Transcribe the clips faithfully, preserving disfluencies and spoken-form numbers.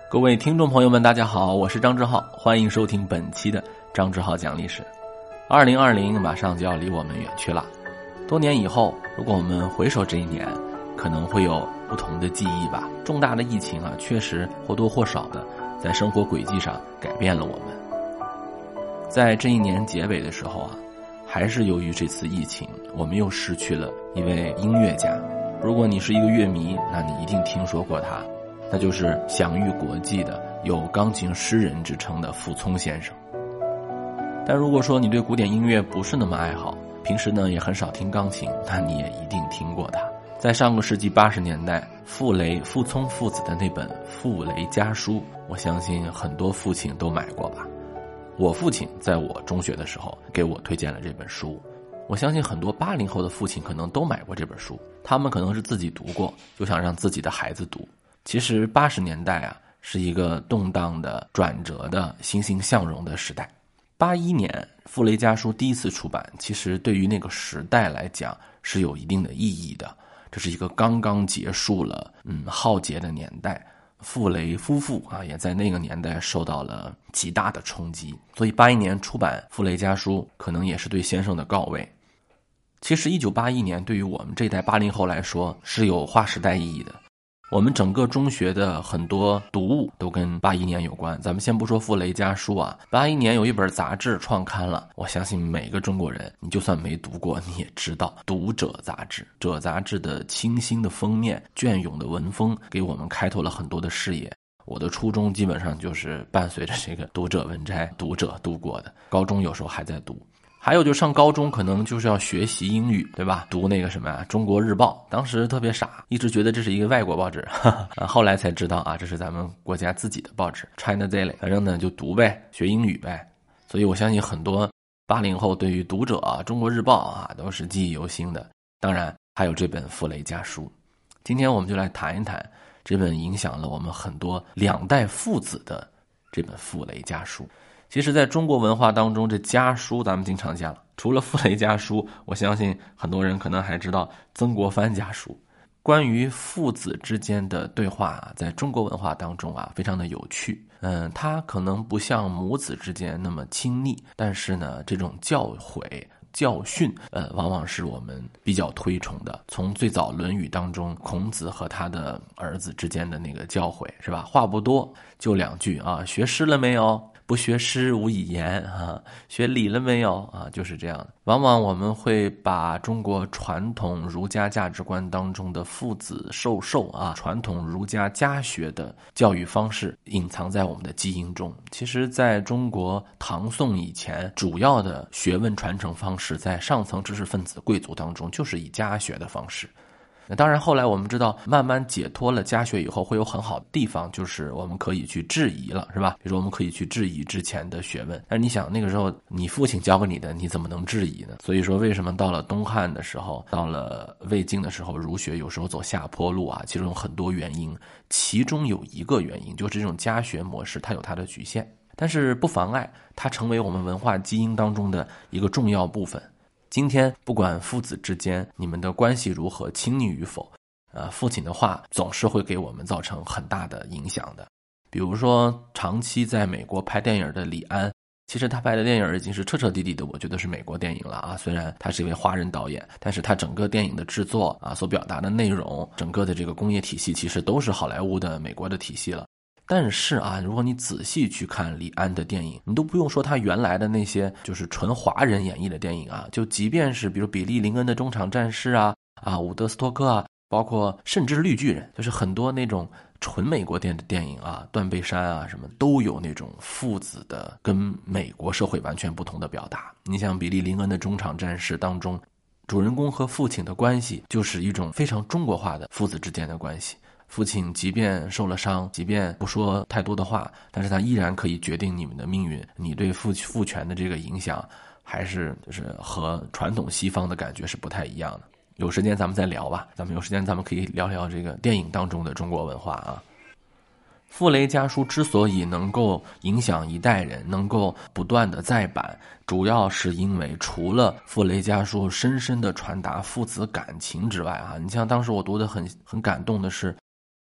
各位听众朋友们大家好，我是张志浩，欢迎收听本期的张志浩讲历史。二零二零马上就要离我们远去了，多年以后，如果我们回首这一年，可能会有不同的记忆吧。重大的疫情啊，确实或多或少的在生活轨迹上改变了我们。在这一年结尾的时候啊，还是由于这次疫情，我们又失去了一位音乐家。如果你是一个乐迷，那你一定听说过他，那就是享誉国际的有钢琴诗人之称的傅聪先生。但如果说你对古典音乐不是那么爱好，平时呢也很少听钢琴，那你也一定听过他。在上个世纪八十年代，傅雷、傅聪父子的那本《傅雷家书》，我相信很多父亲都买过吧。我父亲在我中学的时候给我推荐了这本书，我相信很多八零后的父亲可能都买过这本书，他们可能是自己读过，就想让自己的孩子读。其实八十年代啊，是一个动荡的、转折的、欣欣向荣的时代。八一年《傅雷家书》第一次出版，其实对于那个时代来讲是有一定的意义的。这是一个刚刚结束了嗯浩劫的年代，傅雷夫妇啊也在那个年代受到了极大的冲击，所以八一年出版《傅雷家书》可能也是对先生的告慰。其实一九八一年对于我们这一代八零后来说是有划时代意义的。我们整个中学的很多读物都跟八一年有关。咱们先不说傅雷家书啊，八一年有一本杂志创刊了，我相信每个中国人，你就算没读过，你也知道《读者》杂志。《者》杂志的清新的封面、隽永的文风，给我们开拓了很多的视野。我的初中基本上就是伴随着这个《读者》文摘、《读者》度过的，高中有时候还在读。还有就上高中可能就是要学习英语，对吧？读那个什么啊，《中国日报》，当时特别傻，一直觉得这是一个外国报纸，哈哈，后来才知道啊，这是咱们国家自己的报纸 China Daily。反正呢就读呗，学英语呗。所以我相信很多八零后对于《读者》啊、《中国日报》啊都是记忆犹新的。当然还有这本《傅雷家书》。今天我们就来谈一谈这本影响了我们很多两代父子的这本《傅雷家书》。其实在中国文化当中，这家书咱们经常见了，除了傅雷家书，我相信很多人可能还知道曾国藩家书。关于父子之间的对话啊，在中国文化当中啊非常的有趣。嗯，它可能不像母子之间那么亲昵，但是呢这种教诲教训呃，往往是我们比较推崇的。从最早《论语》当中，孔子和他的儿子之间的那个教诲，是吧？话不多，就两句啊，学诗了没有？不学诗无以言啊，学礼了没有啊？就是这样。往往我们会把中国传统儒家价值观当中的父子授受啊，传统儒家家学的教育方式隐藏在我们的基因中。其实在中国唐宋以前，主要的学问传承方式在上层知识分子贵族当中就是以家学的方式。那当然后来我们知道慢慢解脱了家学以后会有很好的地方，就是我们可以去质疑了，是吧？比如说我们可以去质疑之前的学问，但是你想那个时候你父亲教给你的，你怎么能质疑呢？所以说为什么到了东汉的时候，到了魏晋的时候，儒学有时候走下坡路啊？其中有很多原因，其中有一个原因就是这种家学模式它有它的局限，但是不妨碍它成为我们文化基因当中的一个重要部分。今天不管父子之间你们的关系如何，亲昵与否，呃，父亲的话总是会给我们造成很大的影响的。比如说长期在美国拍电影的李安，其实他拍的电影已经是彻彻底底的，我觉得是美国电影了啊。虽然他是一位华人导演，但是他整个电影的制作啊，所表达的内容，整个的这个工业体系其实都是好莱坞的美国的体系了。但是啊，如果你仔细去看李安的电影，你都不用说他原来的那些就是纯华人演绎的电影啊，就即便是比如比利林恩的中场战事啊，啊伍德斯托克啊，包括甚至绿巨人，就是很多那种纯美国电的电影啊，断背山啊什么，都有那种父子的跟美国社会完全不同的表达。你像比利林恩的中场战事当中，主人公和父亲的关系就是一种非常中国化的父子之间的关系。父亲即便受了伤，即便不说太多的话，但是他依然可以决定你们的命运。你对父父权的这个影响，还是就是和传统西方的感觉是不太一样的。有时间咱们再聊吧，咱们有时间咱们可以聊聊这个电影当中的中国文化啊。傅雷家书之所以能够影响一代人，能够不断的再版，主要是因为除了傅雷家书深深的传达父子感情之外啊，你像当时我读的很很感动的是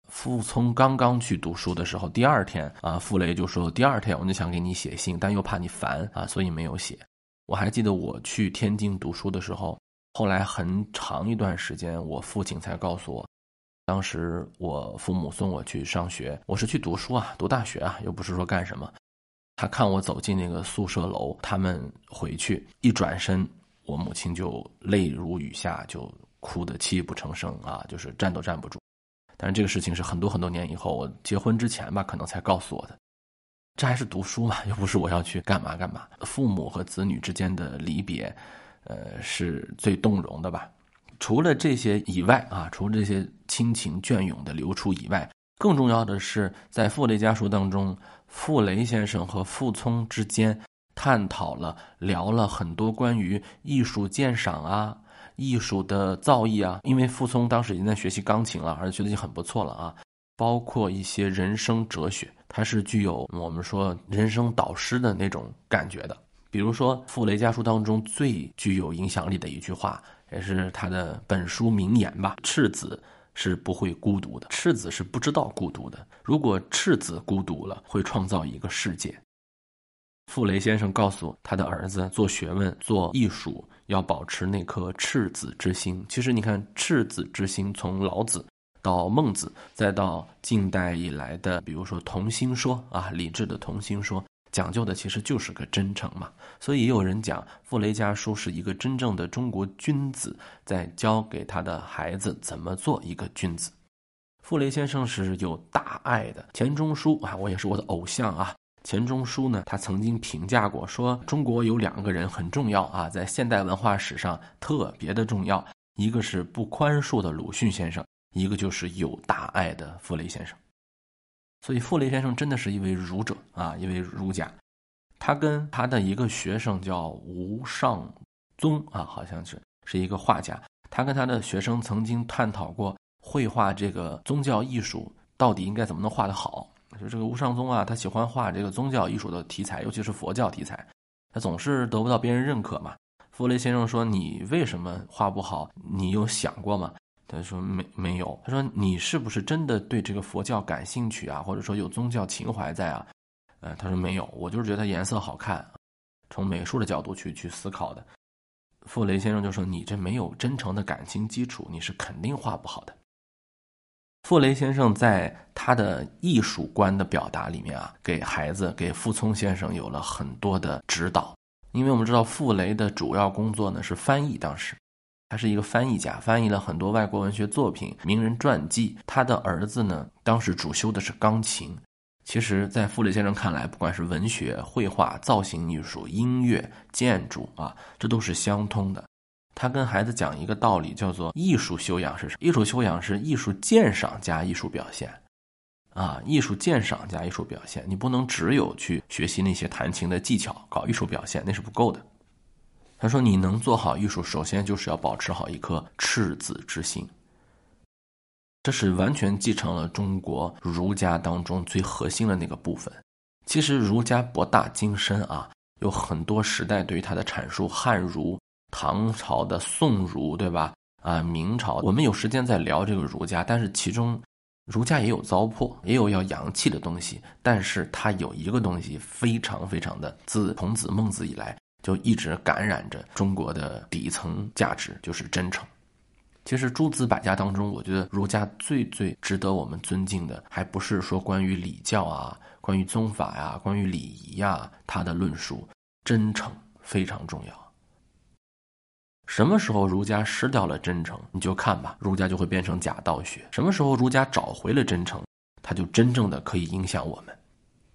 傅聪刚刚去读书的时候，第二天啊，傅雷就说第二天我就想给你写信，但又怕你烦啊，所以没有写。我还记得我去天津读书的时候，后来很长一段时间，我父亲才告诉我，当时我父母送我去上学，我是去读书啊，读大学啊，又不是说干什么。他看我走进那个宿舍楼，他们回去一转身，我母亲就泪如雨下，就哭得泣不成声啊，就是站都站不住。但是这个事情是很多很多年以后，我结婚之前吧，可能才告诉我的。这还是读书嘛，又不是我要去干嘛干嘛。父母和子女之间的离别，呃，是最动容的吧。除了这些以外啊，除了这些亲情隽永的流出以外，更重要的是，在傅雷家书当中，傅雷先生和傅聪之间探讨了、聊了很多关于艺术鉴赏啊、艺术的造诣啊。因为傅聪当时已经在学习钢琴了，而且学得已经很不错了啊。包括一些人生哲学，它是具有我们说人生导师的那种感觉的。比如说傅雷家书当中最具有影响力的一句话，也是他的本书名言吧：赤子是不会孤独的，赤子是不知道孤独的。如果赤子孤独了，会创造一个世界。傅雷先生告诉他的儿子，做学问、做艺术要保持那颗赤子之心。其实你看，赤子之心从老子到孟子，再到近代以来的比如说同心说啊，李治的同心说，讲究的其实就是个真诚嘛。所以也有人讲傅雷家书是一个真正的中国君子在教给他的孩子怎么做一个君子。傅雷先生是有大爱的。钱钟书啊，我也是我的偶像啊。钱钟书呢，他曾经评价过说，中国有两个人很重要啊，在现代文化史上特别的重要，一个是不宽恕的鲁迅先生，一个就是有大爱的傅雷先生。所以傅雷先生真的是一位儒者啊，一位儒家。他跟他的一个学生叫吴尚宗啊，好像是是一个画家。他跟他的学生曾经探讨过绘画这个宗教艺术到底应该怎么能画得好。就这个吴尚宗啊，他喜欢画这个宗教艺术的题材，尤其是佛教题材，他总是得不到别人认可嘛。傅雷先生说，你为什么画不好？你有想过吗？他说没没有。他说你是不是真的对这个佛教感兴趣啊，或者说有宗教情怀在啊？呃，他说没有，我就是觉得颜色好看，从美术的角度去去思考的。傅雷先生就说，你这没有真诚的感情基础，你是肯定画不好的。傅雷先生在他的艺术观的表达里面啊，给孩子给傅聪先生有了很多的指导。因为我们知道傅雷的主要工作呢是翻译，当时他是一个翻译家，翻译了很多外国文学作品、名人传记。他的儿子呢，当时主修的是钢琴。其实在傅雷先生看来，不管是文学、绘画、造型艺术、音乐、建筑啊，这都是相通的。他跟孩子讲一个道理，叫做艺术修养是什么？艺术修养是艺术鉴赏加艺术表现啊，艺术鉴赏加艺术表现。你不能只有去学习那些弹琴的技巧，搞艺术表现，那是不够的。他说你能做好艺术，首先就是要保持好一颗赤子之心。这是完全继承了中国儒家当中最核心的那个部分。其实儒家博大精深啊，有很多时代对于它的阐述，汉儒、唐朝的宋儒，对吧？啊，明朝，我们有时间在聊这个儒家，但是其中儒家也有糟粕，也有要洋气的东西，但是它有一个东西非常非常的，自孔子、孟子以来就一直感染着中国的底层价值，就是真诚。其实诸子百家当中，我觉得儒家最最值得我们尊敬的，还不是说关于礼教啊、关于宗法呀、啊、关于礼仪呀，他的论述，真诚非常重要。什么时候儒家失掉了真诚，你就看吧，儒家就会变成假道学。什么时候儒家找回了真诚，它就真正的可以影响我们。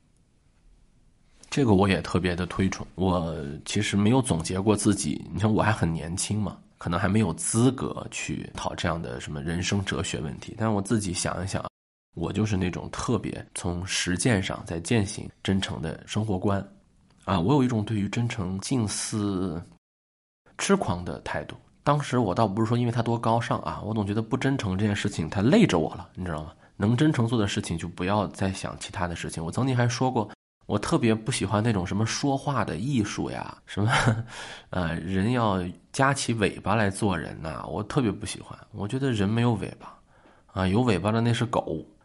这个我也特别的推崇。我其实没有总结过自己，你看我还很年轻嘛，可能还没有资格去讨这样的什么人生哲学问题。但是我自己想一想，我就是那种特别从实践上在践行真诚的生活观啊，我有一种对于真诚近似痴狂的态度。当时我倒不是说因为他多高尚啊，我总觉得不真诚这件事情它累着我了，你知道吗？能真诚做的事情就不要再想其他的事情。我曾经还说过，我特别不喜欢那种什么说话的艺术呀，什么呃人要夹起尾巴来做人呐、啊，我特别不喜欢。我觉得人没有尾巴啊，有尾巴的那是狗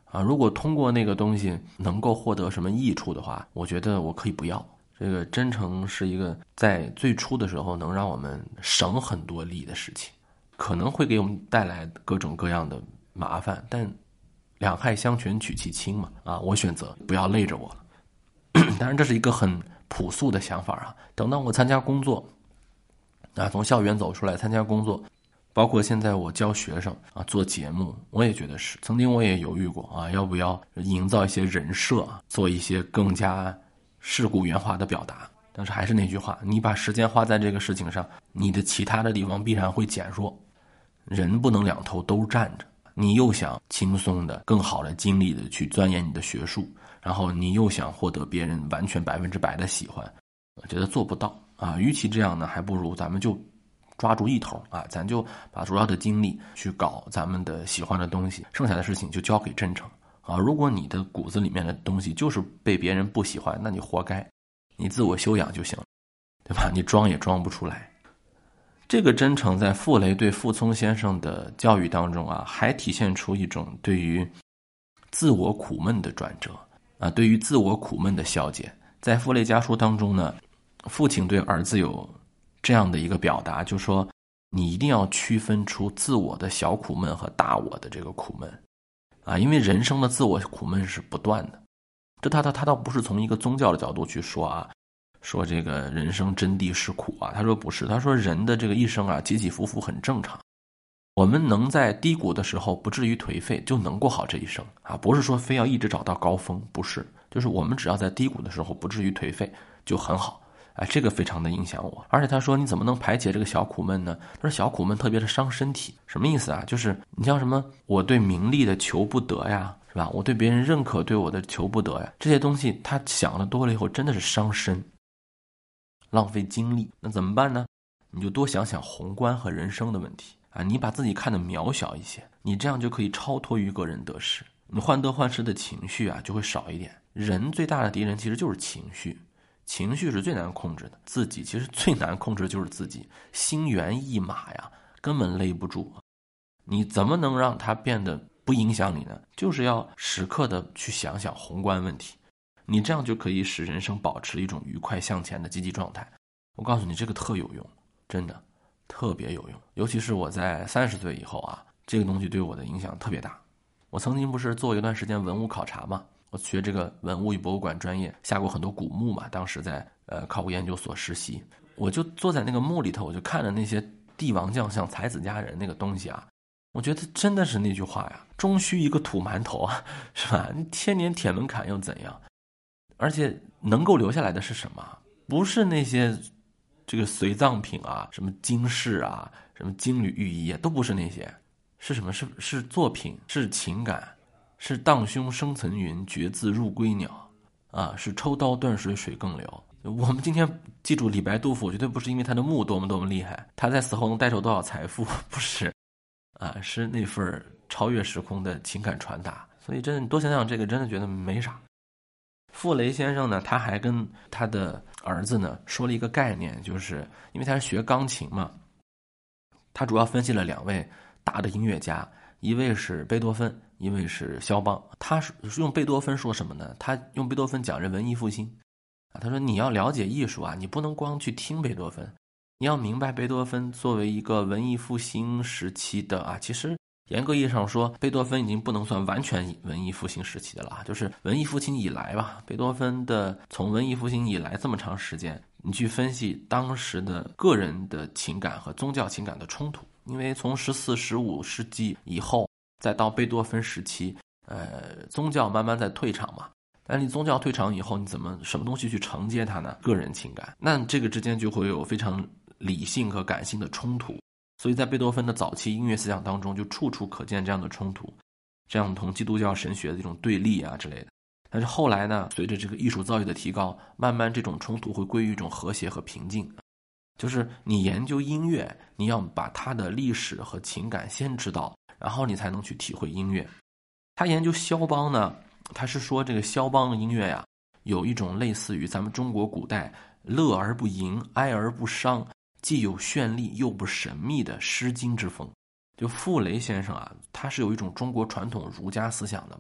啊，如果通过那个东西能够获得什么益处的话，我觉得我可以不要。这个真诚是一个在最初的时候能让我们省很多力的事情，可能会给我们带来各种各样的麻烦，但两害相权取其轻嘛，啊，我选择不要累着我了。当然这是一个很朴素的想法啊。等到我参加工作啊，从校园走出来参加工作，包括现在我教学生啊，做节目，我也觉得是。曾经我也犹豫过啊，要不要营造一些人设，做一些更加世故圆滑的表达。但是还是那句话，你把时间花在这个事情上，你的其他的地方必然会减弱。人不能两头都站着，你又想轻松的、更好的精力的去钻研你的学术，然后你又想获得别人完全百分之百的喜欢，我觉得做不到啊。与其这样呢，还不如咱们就抓住一头啊，咱就把主要的精力去搞咱们的喜欢的东西，剩下的事情就交给真诚啊。如果你的骨子里面的东西就是被别人不喜欢，那你活该，你自我修养就行了，对吧？你装也装不出来。这个真诚在傅雷对傅聪先生的教育当中啊，还体现出一种对于自我苦闷的转折啊，对于自我苦闷的消解。在傅雷家书当中呢，父亲对儿子有这样的一个表达，就说你一定要区分出自我的小苦闷和大我的这个苦闷啊，因为人生的自我苦闷是不断的。这他他他倒不是从一个宗教的角度去说啊，说这个人生真谛是苦啊，他说不是，他说人的这个一生啊起起伏伏很正常，我们能在低谷的时候不至于颓废，就能过好这一生啊，不是说非要一直找到高峰，不是，就是我们只要在低谷的时候不至于颓废就很好。哎，这个非常的影响我。而且他说你怎么能排解这个小苦闷呢？他说小苦闷特别的伤身体。什么意思啊？就是你像什么我对名利的求不得呀，是吧？我对别人认可对我的求不得呀，这些东西他想的多了以后真的是伤身，浪费精力。那怎么办呢？你就多想想宏观和人生的问题啊，你把自己看得渺小一些，你这样就可以超脱于个人得失，你患得患失的情绪啊就会少一点。人最大的敌人其实就是情绪，情绪是最难控制的，自己其实最难控制就是自己，心猿意马呀，根本勒不住。你怎么能让它变得不影响你呢？就是要时刻的去想想宏观问题，你这样就可以使人生保持一种愉快向前的积极状态。我告诉你，这个特有用，真的特别有用。尤其是我在三十岁以后啊，这个东西对我的影响特别大。我曾经不是做一段时间文物考察嘛，我学这个文物与博物馆专业，下过很多古墓嘛，当时在呃考古研究所实习，我就坐在那个墓里头，我就看着那些帝王将相才子佳人那个东西啊，我觉得真的是那句话呀，终须一个土馒头啊，是吧？你千年铁门槛又怎样？而且能够留下来的是什么？不是那些这个随葬品啊，什么金饰啊，什么金缕玉衣啊，都不是那些，是什么？是是作品，是情感，是荡胸生层云，决眦入归鸟啊，是抽刀断水水更流。我们今天记住李白、杜甫，绝对不是因为他的墓多么多么厉害，他在死后能带走多少财富，不是啊，是那份超越时空的情感传达。所以真的，你多想想这个，真的觉得没啥。傅雷先生呢，他还跟他的儿子呢说了一个概念，就是因为他是学钢琴嘛，他主要分析了两位大的音乐家，一位是贝多芬，一位是肖邦。他是用贝多芬说什么呢？他用贝多芬讲这文艺复兴啊，他说你要了解艺术啊，你不能光去听贝多芬，你要明白贝多芬作为一个文艺复兴时期的啊，其实严格意义上说，贝多芬已经不能算完全文艺复兴时期的了，就是文艺复兴以来吧，贝多芬的从文艺复兴以来这么长时间，你去分析当时的个人的情感和宗教情感的冲突，因为从十四、十五世纪以后，再到贝多芬时期，呃，宗教慢慢在退场嘛。但你宗教退场以后，你怎么什么东西去承接它呢？个人情感，那这个之间就会有非常理性和感性的冲突。所以在贝多芬的早期音乐思想当中，就处处可见这样的冲突，这样同基督教神学的这种对立啊之类的。但是后来呢，随着这个艺术造诣的提高，慢慢这种冲突会归于一种和谐和平静。就是你研究音乐，你要把它的历史和情感先知道，然后你才能去体会音乐。他研究肖邦呢，他是说这个肖邦的音乐呀，有一种类似于咱们中国古代乐而不淫，哀而不伤，既有绚丽又不神秘的诗经之风。就傅雷先生啊，他是有一种中国传统儒家思想的吧，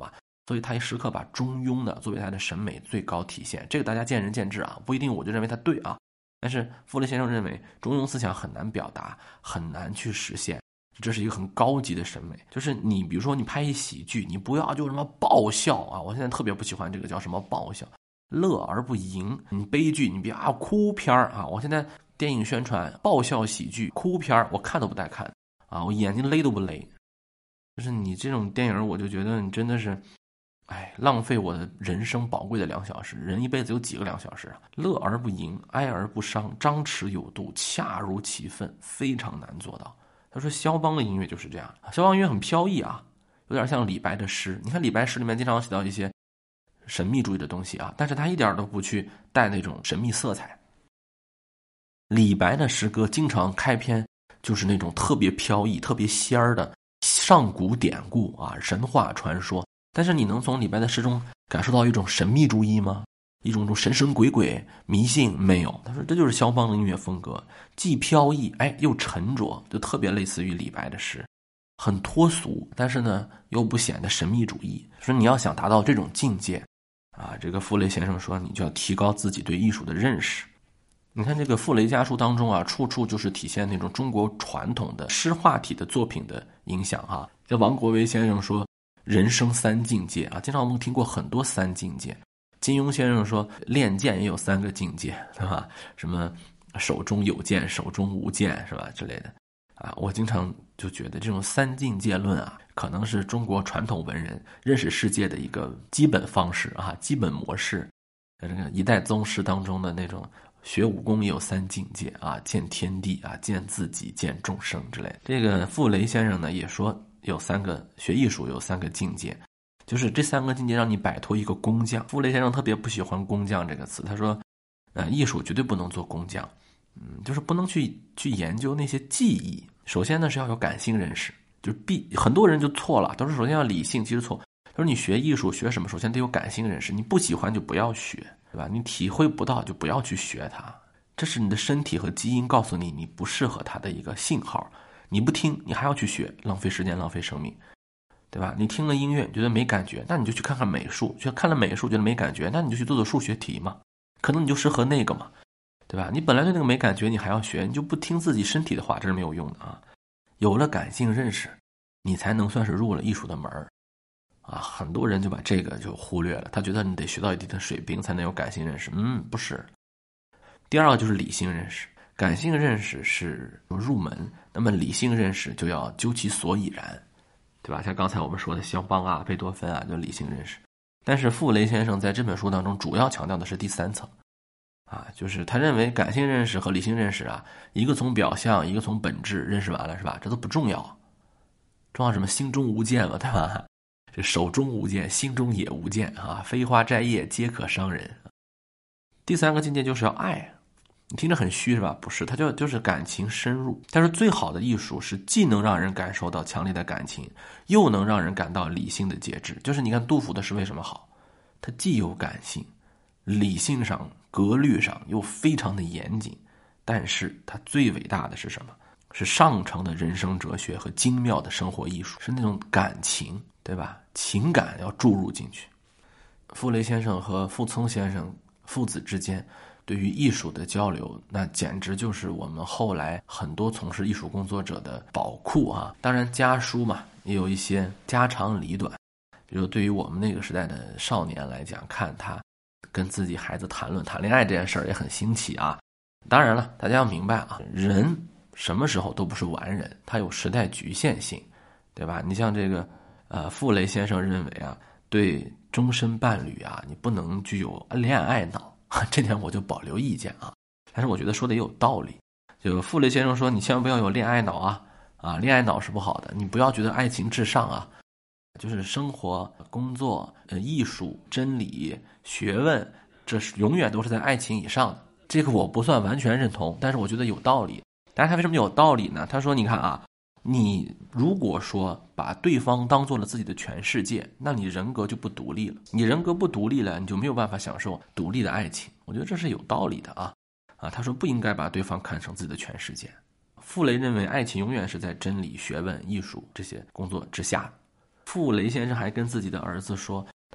所以他也时刻把中庸的作为他的审美最高体现。这个大家见仁见智啊，不一定我就认为他对啊。但是傅雷先生认为中庸思想很难表达，很难去实现，这是一个很高级的审美。就是你比如说你拍一喜剧，你不要就什么爆笑啊，我现在特别不喜欢这个叫什么爆笑，乐而不淫。你悲剧你别啊哭片啊，我现在电影宣传爆笑喜剧哭片我看都不带看啊，我眼睛勒都不勒。就是你这种电影我就觉得你真的是哎，浪费我的人生宝贵的两小时。人一辈子有几个两小时啊？乐而不淫，哀而不伤，张弛有度，恰如其分，非常难做到。他说肖邦的音乐就是这样，肖邦音乐很飘逸啊，有点像李白的诗。你看李白诗里面经常写到一些神秘主义的东西啊，但是他一点都不去带那种神秘色彩。李白的诗歌经常开篇就是那种特别飘逸、特别仙儿的上古典故啊，神话传说。但是你能从李白的诗中感受到一种神秘主义吗？一种种神神鬼鬼迷信没有？他说这就是肖邦的音乐风格，既飘逸哎又沉着，就特别类似于李白的诗，很脱俗，但是呢又不显得神秘主义。说你要想达到这种境界啊，这个傅雷先生说你就要提高自己对艺术的认识。你看这个傅雷家书当中啊，处处就是体现那种中国传统的诗画体的作品的影响啊。这王国维先生说人生三境界啊，经常我们听过很多三境界。金庸先生说练剑也有三个境界，对吧？什么手中有剑，手中无剑，是吧？之类的啊。我经常就觉得这种三境界论啊，可能是中国传统文人认识世界的一个基本方式啊，基本模式。这个一代宗师当中的那种学武功也有三境界啊，见天地啊，见自己，见众生之类的。这个傅雷先生呢也说有三个学艺术有三个境界，就是这三个境界让你摆脱一个工匠。傅雷先生特别不喜欢工匠这个词，他说呃，艺术绝对不能做工匠，嗯，就是不能去去研究那些技艺。首先呢是要有感性认识，就是必很多人就错了，都是首先要理性，其实错。他说你学艺术学什么，首先得有感性认识，你不喜欢就不要学，对吧？你体会不到就不要去学它，这是你的身体和基因告诉你你不适合它的一个信号。你不听，你还要去学，浪费时间，浪费生命，对吧？你听了音乐觉得没感觉，那你就去看看美术，去看了美术觉得没感觉，那你就去做做数学题嘛，可能你就适合那个嘛，对吧？你本来对那个没感觉，你还要学，你就不听自己身体的话，这是没有用的啊。有了感性认识，你才能算是入了艺术的门啊。很多人就把这个就忽略了，他觉得你得学到一定的水平才能有感性认识，嗯，不是。第二个就是理性认识，感性认识是入门，那么理性认识就要究其所以然，对吧？像刚才我们说的肖邦啊、贝多芬啊，就理性认识。但是傅雷先生在这本书当中主要强调的是第三层啊，就是他认为感性认识和理性认识啊，一个从表象，一个从本质，认识完了是吧？这都不重要，重要什么？心中无剑嘛，对吧？这手中无剑，心中也无剑啊！飞花摘叶皆可伤人。第三个境界就是要爱，你听着很虚是吧？不是，它就就是感情深入。但是最好的艺术是既能让人感受到强烈的感情，又能让人感到理性的节制。就是你看杜甫的诗为什么好？它既有感性，理性上格律上又非常的严谨，但是它最伟大的是什么？是上乘的人生哲学和精妙的生活艺术，是那种感情，对吧？情感要注入进去。傅雷先生和傅聪先生父子之间对于艺术的交流，那简直就是我们后来很多从事艺术工作者的宝库啊。当然家书嘛，也有一些家长里短，比如对于我们那个时代的少年来讲，看他跟自己孩子谈论谈恋爱这件事儿也很新奇啊。当然了，大家要明白啊，人什么时候都不是完人，他有时代局限性，对吧？你像这个呃，傅雷先生认为啊，对终身伴侣啊，你不能具有恋爱脑，这点我就保留意见啊。但是我觉得说的也有道理。就傅雷先生说，你千万不要有恋爱脑啊，啊，恋爱脑是不好的，你不要觉得爱情至上啊，就是生活、工作、呃、艺术、真理、学问，这是永远都是在爱情以上的。这个我不算完全认同，但是我觉得有道理。但是他为什么有道理呢？他说，你看啊。你如果说把对方当做了自己的全世界，那你人格就不独立了。你人格不独立了，你就没有办法享受独立的爱情。我觉得这是有道理的啊啊！他说不应该把对方看成自己的全世界。傅雷认为爱情永远是在真理、学问、艺术这些工作之下。傅雷先生还跟自己的儿子说，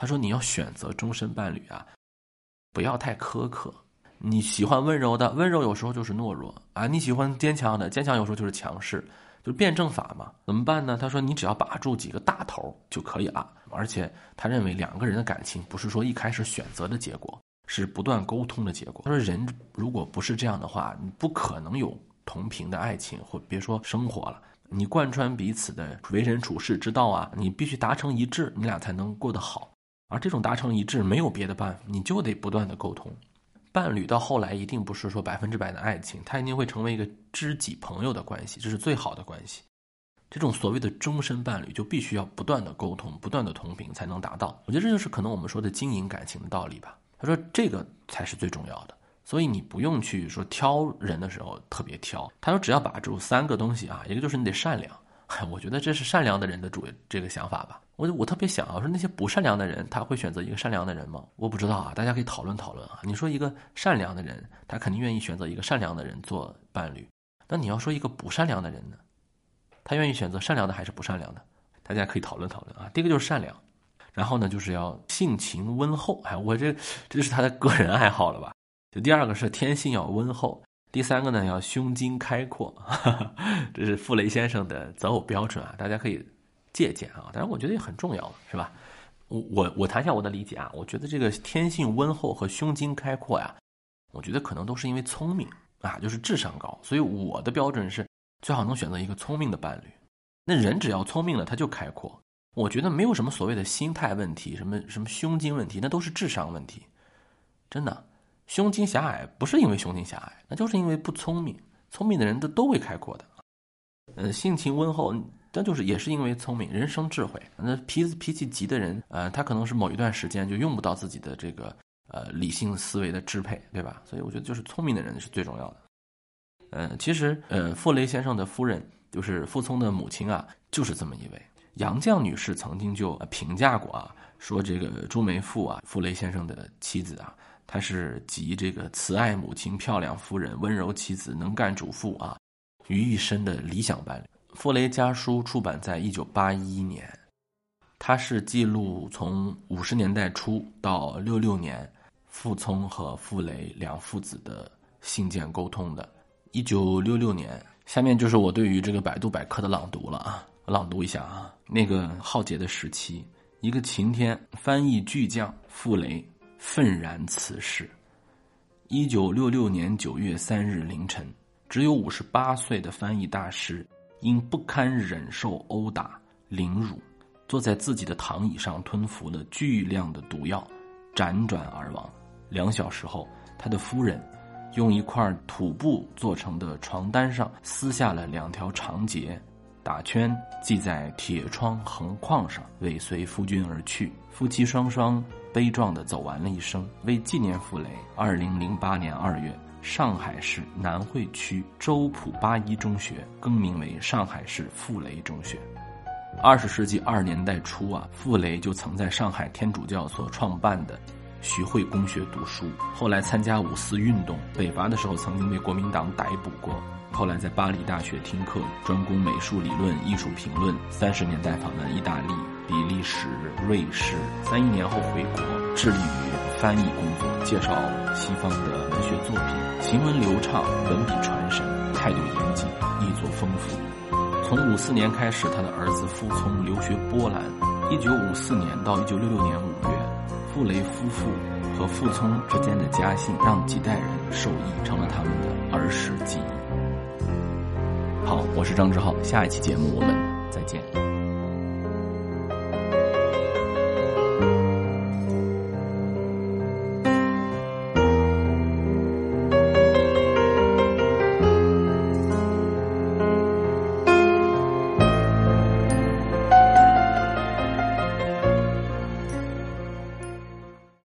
他说你要选择终身伴侣啊，不要太苛刻。你喜欢温柔的，温柔有时候就是懦弱啊；你喜欢坚强的，坚强有时候就是强势，就是辩证法嘛。怎么办呢？他说你只要把住几个大头就可以了。而且他认为两个人的感情不是说一开始选择的结果，是不断沟通的结果。他说人如果不是这样的话，你不可能有同频的爱情，或别说生活了。你贯穿彼此的为人处世之道啊，你必须达成一致，你俩才能过得好。而这种达成一致没有别的办法，你就得不断的沟通。伴侣到后来一定不是说百分之百的爱情，他一定会成为一个知己朋友的关系，这是最好的关系。这种所谓的终身伴侣就必须要不断的沟通，不断的同频才能达到。我觉得这就是可能我们说的经营感情的道理吧。他说这个才是最重要的，所以你不用去说挑人的时候特别挑。他说只要把住三个东西啊，一个就是你得善良，我觉得这是善良的人的主这个想法吧。我我特别想啊，说那些不善良的人，他会选择一个善良的人吗？我不知道啊，大家可以讨论讨论啊。你说一个善良的人，他肯定愿意选择一个善良的人做伴侣。那你要说一个不善良的人呢，他愿意选择善良的还是不善良的？大家可以讨论讨论啊。第一个就是善良，然后呢就是要性情温厚，哎，我这这是他的个人爱好了吧？就第二个是天性要温厚，第三个呢要胸襟开阔，哈哈，这是傅雷先生的择偶标准啊，大家可以借鉴啊。当然我觉得也很重要，是吧？我我我谈一下我的理解啊，我觉得这个天性温厚和胸襟开阔呀，我觉得可能都是因为聪明啊，就是智商高，所以我的标准是最好能选择一个聪明的伴侣。那人只要聪明了，他就开阔。我觉得没有什么所谓的心态问题，什么什么胸襟问题，那都是智商问题。真的，胸襟狭隘不是因为胸襟狭隘，那就是因为不聪明。聪明的人都都会开阔的。呃，性情温厚，那就是也是因为聪明，人生智慧。那脾脾气急的人，呃，他可能是某一段时间就用不到自己的这个呃理性思维的支配，对吧？所以我觉得就是聪明的人是最重要的。呃，其实呃，傅雷先生的夫人就是傅聪的母亲啊，就是这么一位。杨绛女士曾经就评价过啊，说这个朱梅馥啊，傅雷先生的妻子啊，她是集这个慈爱母亲、漂亮夫人、温柔妻子、能干主妇啊于一身的理想伴侣。傅雷家书出版在一九八一年，它是记录从五十年代初到六六年傅聪和傅雷两父子的信件沟通的。一九六六年，下面就是我对于这个百度百科的朗读了啊，我朗读一下啊。那个浩劫的时期，一个晴天，翻译巨匠傅雷愤然辞世。一九六六年九月三日凌晨，只有五十八岁的翻译大师因不堪忍受殴打、凌辱，坐在自己的躺椅上吞服了巨量的毒药，辗转而亡。两小时后，他的夫人用一块土布做成的床单上撕下了两条长结，打圈系在铁窗横框上，尾随夫君而去。夫妻双双悲壮地走完了一生。为纪念傅雷，二零零八年二月，上海市南汇区周浦八一中学更名为上海市傅雷中学。二十世纪二十年代初啊，傅雷就曾在上海天主教所创办的徐汇公学读书，后来参加五四运动，北伐的时候曾经被国民党逮捕过，后来在巴黎大学听课，专攻美术理论、艺术评论。三十年代访问意大利、比利时、瑞士，三一年后回国，致力于翻译工作，介绍西方的文学作品，行文流畅，文笔传神，态度严谨，译作丰富。从五四年开始，他的儿子傅聪留学波兰。一九五四年到一九六六年五月，傅雷夫妇和傅聪之间的家信让几代人受益，成了他们的儿时记忆。好，我是张志浩，下一期节目我们再见。